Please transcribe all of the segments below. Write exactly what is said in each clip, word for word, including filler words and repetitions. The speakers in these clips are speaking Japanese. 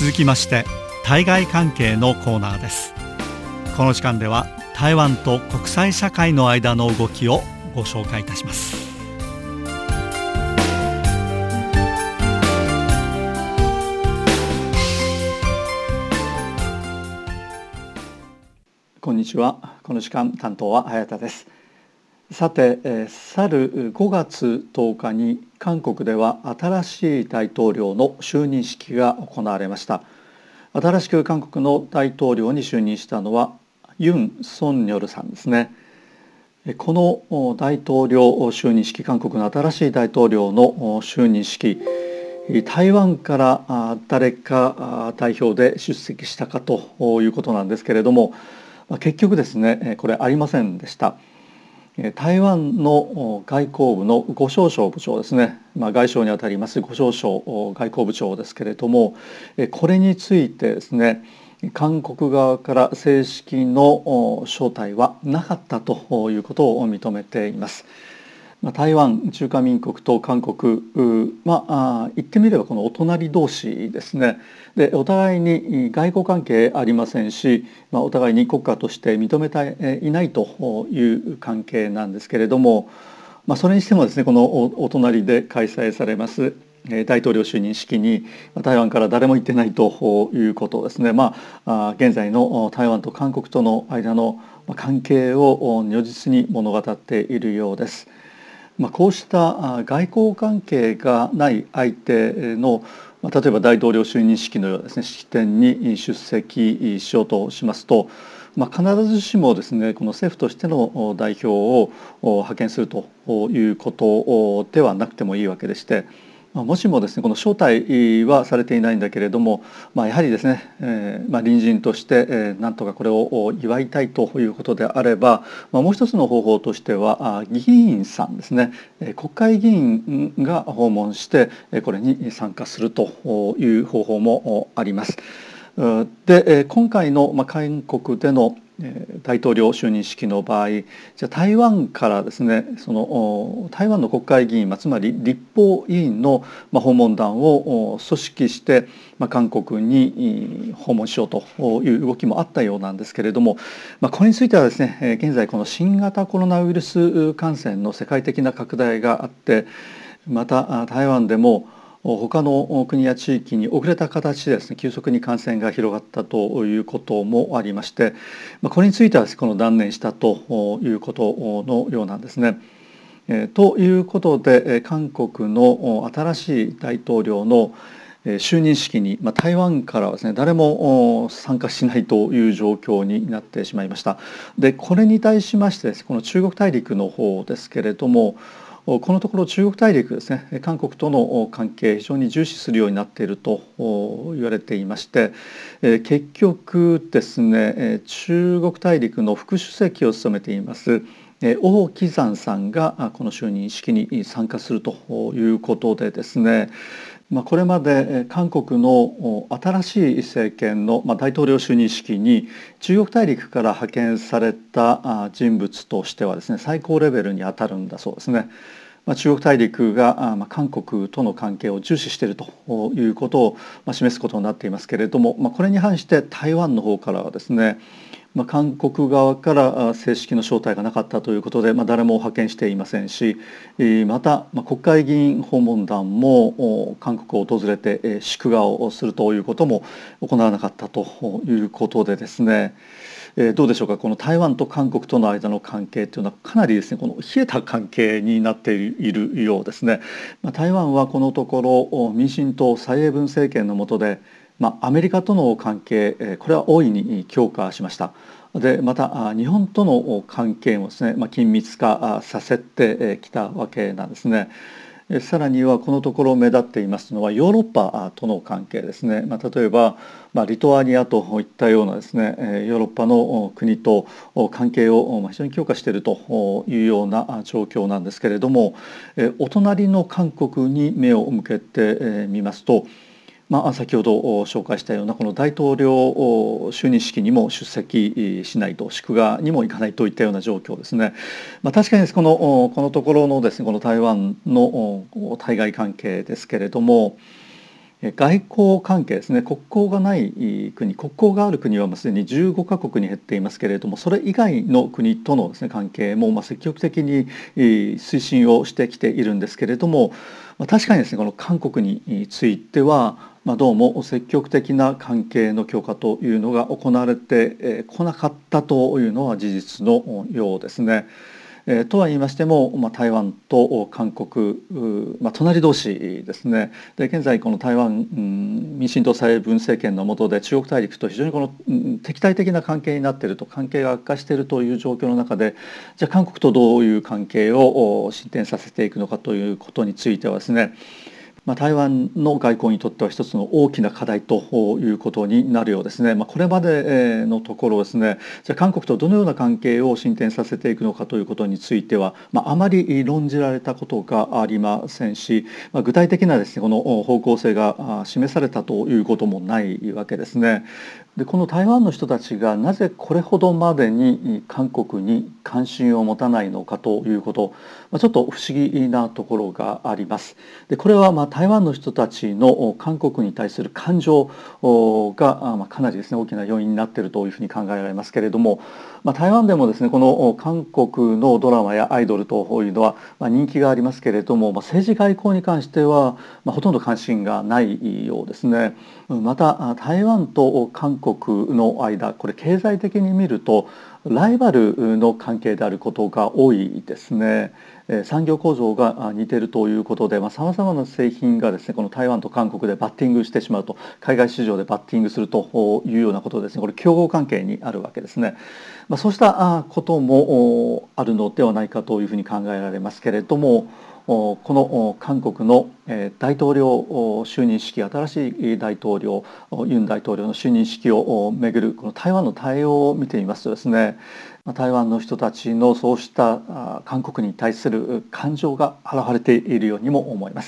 続きまして対外関係のコーナーです。この時間では台湾と国際社会の間の動きをご紹介いたします。こんにちは。この時間担当は早田です。さて、えー、去るごがつとおかに韓国では新しい大統領の就任式が行われました。新しく韓国の大統領に就任したのはユン・ソンニョルさんですね。この大統領就任式、韓国の新しい大統領の就任式、台湾から誰か代表で出席したかということなんですけれども、結局ですね、これありませんでした。台湾の外交部の呉しょう燮部長ですね、まあ、外相にあたります呉しょう燮外交部長ですけれども、これについてですね、韓国側から正式の招待はなかったということを認めています。台湾、中華民国と韓国、まあ、言ってみればこのお隣同士ですね。で、お互いに外交関係ありませんし、まあ、お互いに国家として認めていないという関係なんですけれども、まあ、それにしてもですね、このお隣で開催されます大統領就任式に台湾から誰も行ってないということですね。まあ、現在の台湾と韓国との間の関係を如実に物語っているようです。まあ、こうした外交関係がない相手の、例えば大統領就任式のようなですね、式典に出席しようとしますと、まあ、必ずしもですね、この政府としての代表を派遣するということではなくてもいいわけでして、もしもですね、この招待はされていないんだけれども、まあ、やはりですね、えーまあ、隣人として、えー、なんとかこれを祝いたいということであれば、まあ、もう一つの方法としては議員さんですね、国会議員が訪問してこれに参加するという方法もあります。で、今回の韓国での大統領就任式の場合、じゃあ台湾からですね、その台湾の国会議員、つまり立法委員の訪問団を組織して韓国に訪問しようという動きもあったようなんですけれども、これについてはですね、現在この新型コロナウイルス感染の世界的な拡大があって、また台湾でも他の国や地域に遅れた形でですね、急速に感染が広がったということもありまして、これについてはこの断念したということのようなんですね。ということで、韓国の新しい大統領の就任式に台湾からはですね、誰も参加しないという状況になってしまいました。で、これに対しましてこの中国大陸の方ですけれども、このところ中国大陸ですね、韓国との関係非常に重視するようになっていると言われていまして、結局ですね、中国大陸の副主席を務めています王岐山さんがこの就任式に参加するということでですね、これまで韓国の新しい政権の大統領就任式に中国大陸から派遣された人物としてはですね、最高レベルに当たるんだそうですね。中国大陸が韓国との関係を重視しているということを示すことになっていますけれども、これに反して台湾の方からはですね、韓国側から正式の招待がなかったということで、誰も派遣していませんし、また国会議員訪問団も韓国を訪れて祝賀をするということも行わなかったということでですね、どうでしょうか、この台湾と韓国との間の関係というのはかなりですね、この冷えた関係になっているようですね。台湾はこのところ民進党蔡英文政権の下でまあ、アメリカとの関係、これは大いに強化しました。でまた日本との関係もですね、まあ、緊密化させてきたわけなんですね。さらにはこのところ目立っていますのはヨーロッパとの関係ですね。まあ、例えば、まあ、リトアニアといったようなですね、ヨーロッパの国と関係を非常に強化しているというような状況なんですけれども、お隣の韓国に目を向けてみますと、まあ、先ほど紹介したようなこの大統領就任式にも出席しないと、祝賀にも行かないといったような状況ですね。まあ、確かにこのこのところのですね、この台湾の対外関係ですけれども、 外交関係ですね、国交がない国、国交がある国はすでにじゅうごカ国に減っていますけれども、それ以外の国とのですね関係もまあ積極的に推進をしてきているんですけれども、まあ、確かにですねこの韓国については、まあ、どうも積極的な関係の強化というのが行われてこなかったというのは事実のようですね。えー、とは言いましても、まあ、台湾と韓国、まあ、隣同士ですね。で現在この台湾、うん、民進党蔡英文政権の下で中国大陸と非常にこの、うん、敵対的な関係になっていると、関係が悪化しているという状況の中で、じゃあ韓国とどういう関係を進展させていくのかということについてはですね、まあ、台湾の外交にとっては一つの大きな課題ということになるようですね。まあ、これまでのところですね、じゃあ韓国とどのような関係を進展させていくのかということについては、まあ、あまり論じられたことがありませんし、まあ、具体的なですねこの方向性が示されたということもないわけですね。でこの台湾の人たちがなぜこれほどまでに韓国に関心を持たないのかということ、まあ、ちょっと不思議なところがあります。でこれはまあ台湾の人たちの韓国に対する感情がまあかなりですね大きな要因になっているというふうに考えられますけれども、まあ、台湾でもですねこの韓国のドラマやアイドルというのはまあ人気がありますけれども、まあ、政治外交に関してはまあほとんど関心がないようですね。また台湾と韓国の間、これ経済的に見るとライバルの関係であることが多いですね。産業構造が似ているということで、さまざまな製品がですねこの台湾と韓国でバッティングしてしまうと、海外市場でバッティングするというようなことですね、これ競合関係にあるわけですね。まあ、そうしたこともあるのではないかというふうに考えられますけれども、この韓国の大統領就任式、新しい大統領ユン大統領の就任式をめぐるこの台湾の対応を見てみますとですね、台湾の人たちのそうした韓国に対する感情が表れているようにも思います。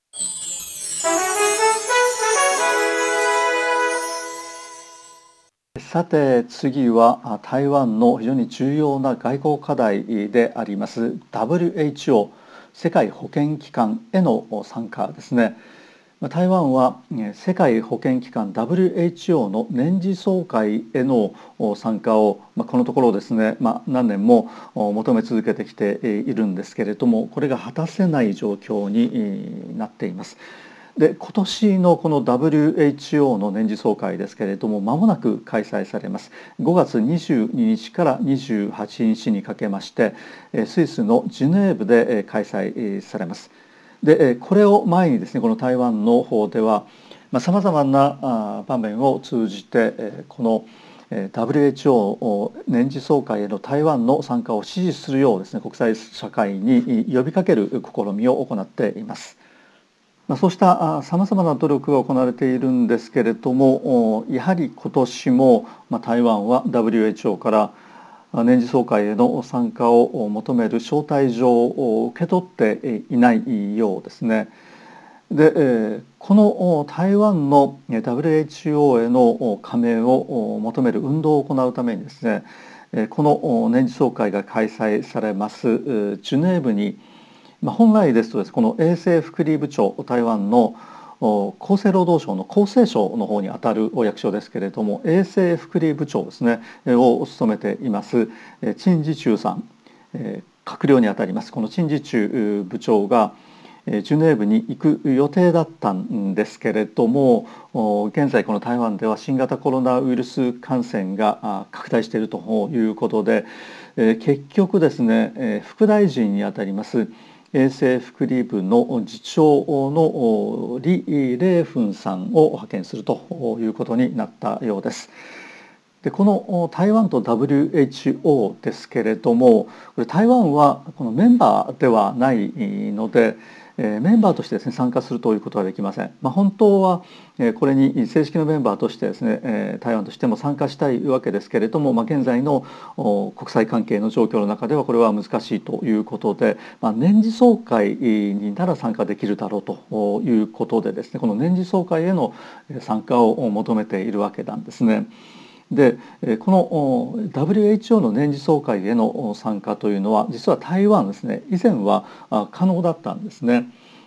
さて次は台湾の非常に重要な外交課題であります ダブリューエイチオー 世界保健機関への参加ですね。台湾は世界保健機関 ダブリューエイチオー の年次総会への参加をこのところですね、まあ、何年も求め続けてきているんですけれども、これが果たせない状況になっています。で今年のこの ダブリューエイチオー の年次総会ですけれども、間もなく開催されます。ごがつにじゅうににちからにじゅうはちにちにかけましてスイスのジュネーブで開催されます。でこれを前にですねこの台湾の方ではさまざ、まな場面を通じてこの ダブリューエイチオー 年次総会への台湾の参加を支持するようですね国際社会に呼びかける試みを行っています。そうしたさまざまな努力が行われているんですけれども、やはり今年も台湾は ダブリューエイチオー から年次総会への参加を求める招待状を受け取っていないようですね。でこの台湾の ダブリューエイチオー への加盟を求める運動を行うためにですね、この年次総会が開催されますジュネーブに、本来ですとです、この衛生福利部長、台湾の厚生労働省の厚生省の方にあたるお役所ですけれども、衛生福利部長ですねを務めています陳時中さん、閣僚にあたりますこの陳時中部長がジュネーブに行く予定だったんですけれども、現在この台湾では新型コロナウイルス感染が拡大しているということで、結局ですね副大臣にあたります衛生福利部の次長の李麗芬さんを派遣するということになったようです。でこの台湾と ダブリューエイチオー ですけれども、これ台湾はこのメンバーではないので、メンバーとしてですね参加するということはできません。まあ、本当はこれに正式なメンバーとしてですね台湾としても参加したいわけですけれども、まあ、現在の国際関係の状況の中ではこれは難しいということで、まあ、年次総会になら参加できるだろうということでですねこの年次総会への参加を求めているわけなんですね。でこの ダブリューエイチオー の年次総会への参加というのは実は台湾ですね以前は可能だったんですね。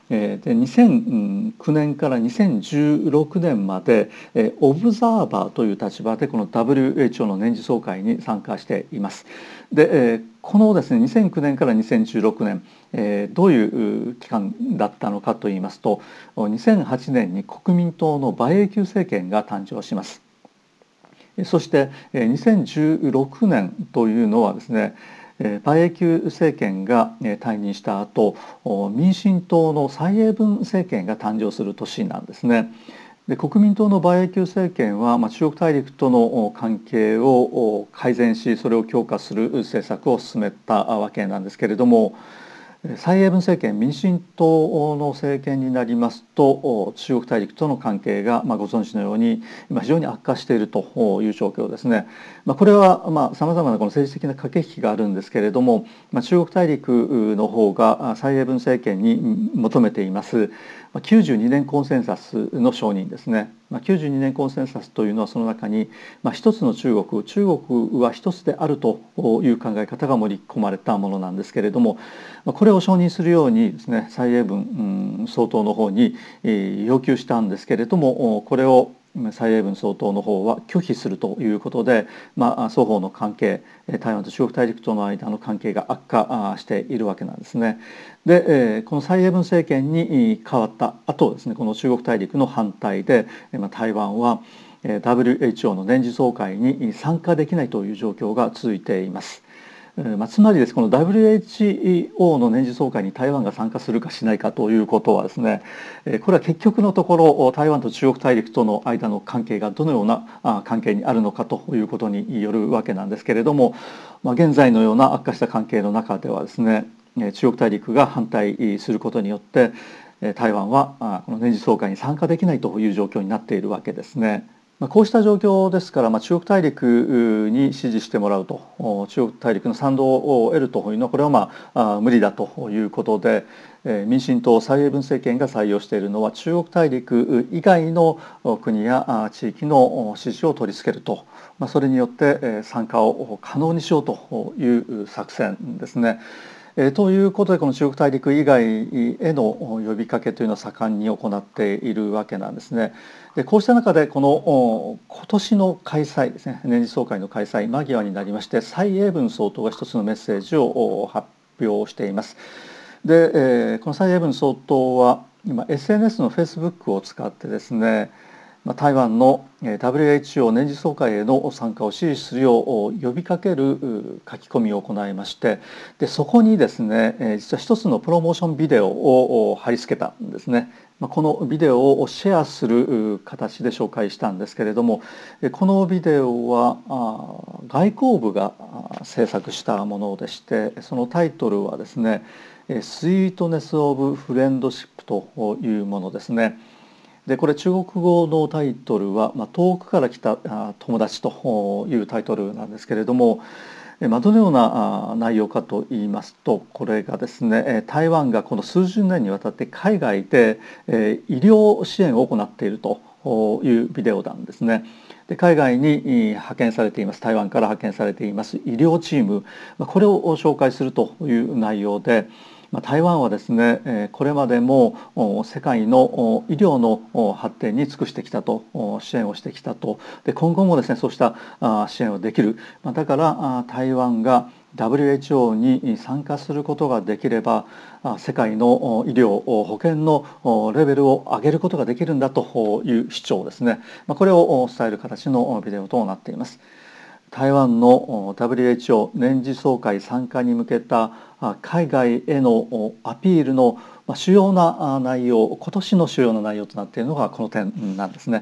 でにせんきゅうねんからにせんじゅうろくねんまでオブザーバーという立場でこの ダブリューエイチオー の年次総会に参加しています。でこのですねにせんきゅうねんからにせんじゅうろくねんどういう期間だったのかといいますと、にせんはちねんに国民党の馬英九政権が誕生します。そしてにせんじゅうろくねんというのはですね、馬英九政権が退任した後、民進党の蔡英文政権が誕生する年なんですね。で国民党の馬英九政権は、まあ、中国大陸との関係を改善し、それを強化する政策を進めたわけなんですけれども、蔡英文政権、民進党の政権になりますと、中国大陸との関係が、まあ、ご存知のように今非常に悪化しているという状況ですね。まあ、これはさまざ、まなこの政治的な駆け引きがあるんですけれども、まあ、中国大陸の方が蔡英文政権に求めていますきゅうじゅうにねんコンセンサスの承認ですね。きゅうじゅうにねんコンセンサスというのはその中に、まあ、一つの中国、中国は一つであるという考え方が盛り込まれたものなんですけれども、これを承認するようにですね、蔡英文総統の方に要求したんですけれども、これを蔡英文総統の方は拒否するということで、まあ、双方の関係、台湾と中国大陸との間の関係が悪化しているわけなんですね。で、この蔡英文政権に変わった後ですね、この中国大陸の反対で、台湾は ダブリューエイチオー の年次総会に参加できないという状況が続いています。まあ、つまりですこの ダブリューエイチオー の年次総会に台湾が参加するかしないかということはですね、これは結局のところ台湾と中国大陸との間の関係がどのような関係にあるのかということによるわけなんですけれども、まあ、現在のような悪化した関係の中ではですね、中国大陸が反対することによって台湾はこの年次総会に参加できないという状況になっているわけですね。こうした状況ですから、まあ、中国大陸に支持してもらうと、中国大陸の賛同を得るというのはこれはまあ無理だということで、民進党蔡英文政権が採用しているのは中国大陸以外の国や地域の支持を取り付けると、まあ、それによって参加を可能にしようという作戦ですね。えー、ということでこの中国大陸以外への呼びかけというのを盛んに行っているわけなんですね。でこうした中でこの今年の開催ですね、年次総会の開催間際になりまして蔡英文総統が一つのメッセージを発表しています。で、えー、この蔡英文総統は今 エスエヌエス の フェイスブックを使ってですね、台湾の ダブリューエイチオー 年次総会への参加を支持するよう呼びかける書き込みを行いまして、でそこにですね実は一つのプロモーションビデオを貼り付けたんですね。このビデオをシェアする形で紹介したんですけれども、このビデオは外交部が制作したものでして、そのタイトルはですね「スイートネス・オブ・フレンドシップ」というものですね。でこれ中国語のタイトルは、まあ、遠くから来た友達というタイトルなんですけれども、まあ、どのような内容かといいますと、これがですね台湾がこの数十年にわたって海外で医療支援を行っているというビデオなんですね。で海外に派遣されています台湾から派遣されています医療チーム、これを紹介するという内容で、台湾はですねこれまでも世界の医療の発展に尽くしてきたと、支援をしてきたと、で今後もですねそうした支援をできる、だから台湾が ダブリューエイチオー に参加することができれば世界の医療保健のレベルを上げることができるんだという主張ですね、これを伝える形のビデオとなっています。台湾の ダブリューエイチオー 年次総会参加に向けた海外へのアピールの主要な内容、今年の主要な内容となっているのがこの点なんですね。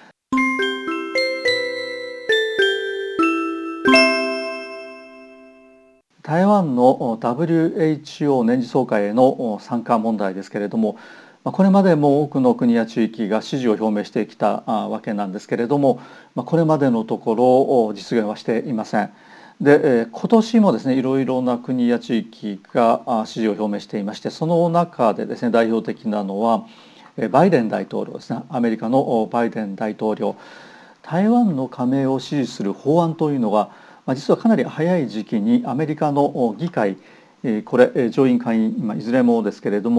台湾の ダブリューエイチオー 年次総会への参加問題ですけれども、これまでも多くの国や地域が支持を表明してきたわけなんですけれども、これまでのところ実現はしていません。で今年もですねいろいろな国や地域が支持を表明していまして、その中でですね代表的なのはバイデン大統領ですね。アメリカのバイデン大統領、台湾の加盟を支持する法案というのが実はかなり早い時期にアメリカの議会、これ上院下院いずれもですけれども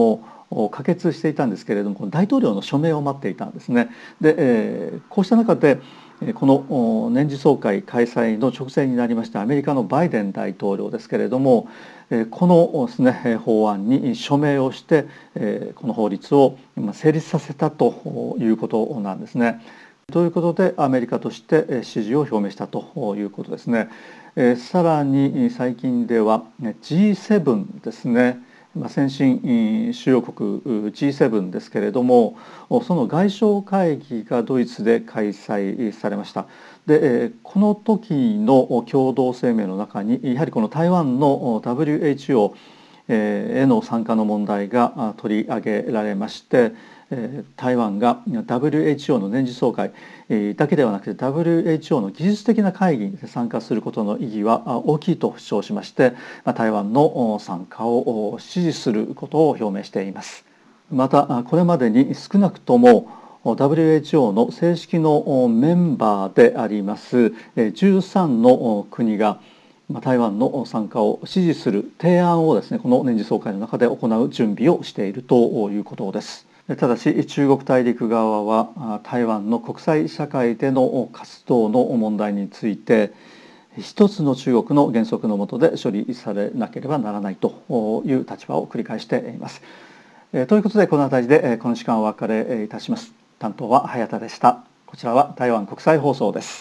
可決していたんですけれども、大統領の署名を待っていたんですね。で、えー、こうした中でこの年次総会開催の直前になりましたアメリカのバイデン大統領ですけれども、このですね、法案に署名をしてこの法律を成立させたということなんですね。ということでアメリカとして支持を表明したということですね。さらに最近では ジーセブン ですね、先進主要国 ジーセブン ですけれども、その外相会議がドイツで開催されました。でこの時の共同声明の中にやはりこの台湾の ダブリューエイチオー への参加の問題が取り上げられまして、台湾が ダブリューエイチオー の年次総会だけではなくて ダブリューエイチオー の技術的な会議に参加することの意義は大きいと主張しまして、台湾の参加を支持することを表明しています。またこれまでに少なくとも ダブリューエイチオー の正式のメンバーでありますじゅうさんの国が台湾の参加を支持する提案をですね、この年次総会の中で行う準備をしているということです。ただし中国大陸側は台湾の国際社会での活動の問題について一つの中国の原則の下で処理されなければならないという立場を繰り返しています。ということでこの辺りでこの時間お別れいたします。担当は早田でした。こちらは台湾国際放送です。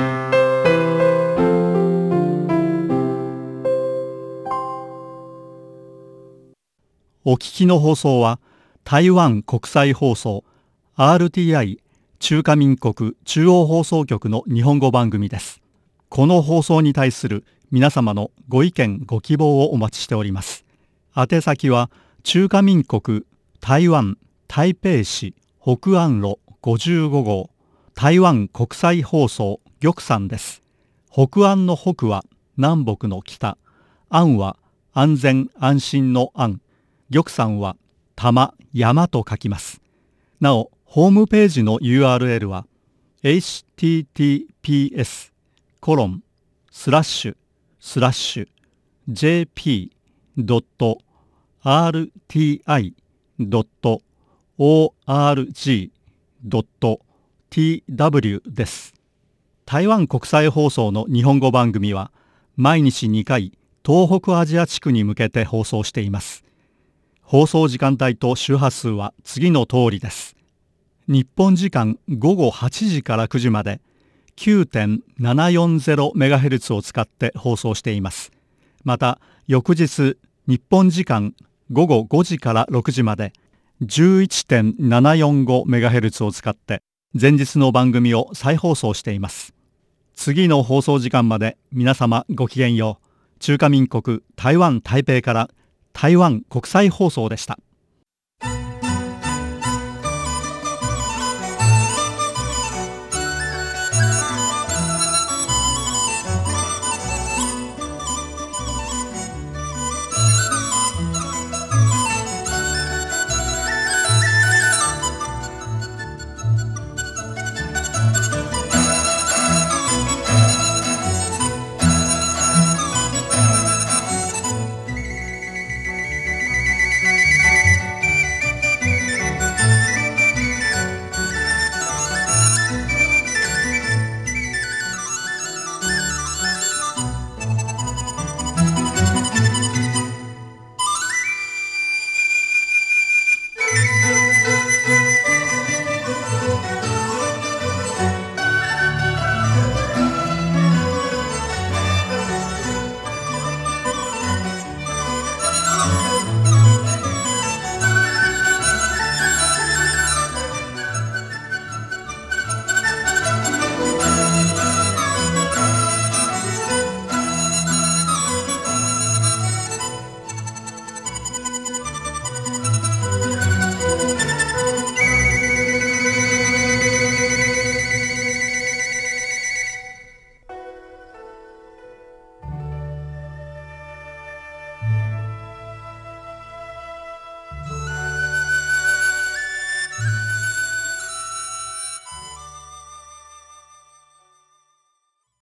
お聞きの放送は台湾国際放送 アールティーアイ 中華民国中央放送局の日本語番組です。この放送に対する皆様のご意見ご希望をお待ちしております。宛先は中華民国台湾台北市北安路ごじゅうご号台湾国際放送玉山です。北安の北は南北の北、安は安全安心の安、玉山は玉山と書きます。なおホームページの ユーアールエル は エイチティーティーピーエス コロンスラッシュスラッシュ ジェーピー ドット アールティーアイ ドット オーアールジー ドット ティーダブリュー です。台湾国際放送の日本語番組は毎日にかい東北アジア地区に向けて放送しています。放送時間帯と周波数は次の通りです。日本時間ごごはちじからくじまで きゅうてんななよんゼロメガヘルツ を使って放送しています。また翌日日本時間ごごごじからろくじまで じゅういちてんななよんごメガヘルツ を使って前日の番組を再放送しています。次の放送時間まで皆様ごきげんよう。中華民国台湾台北から台湾国際放送でした。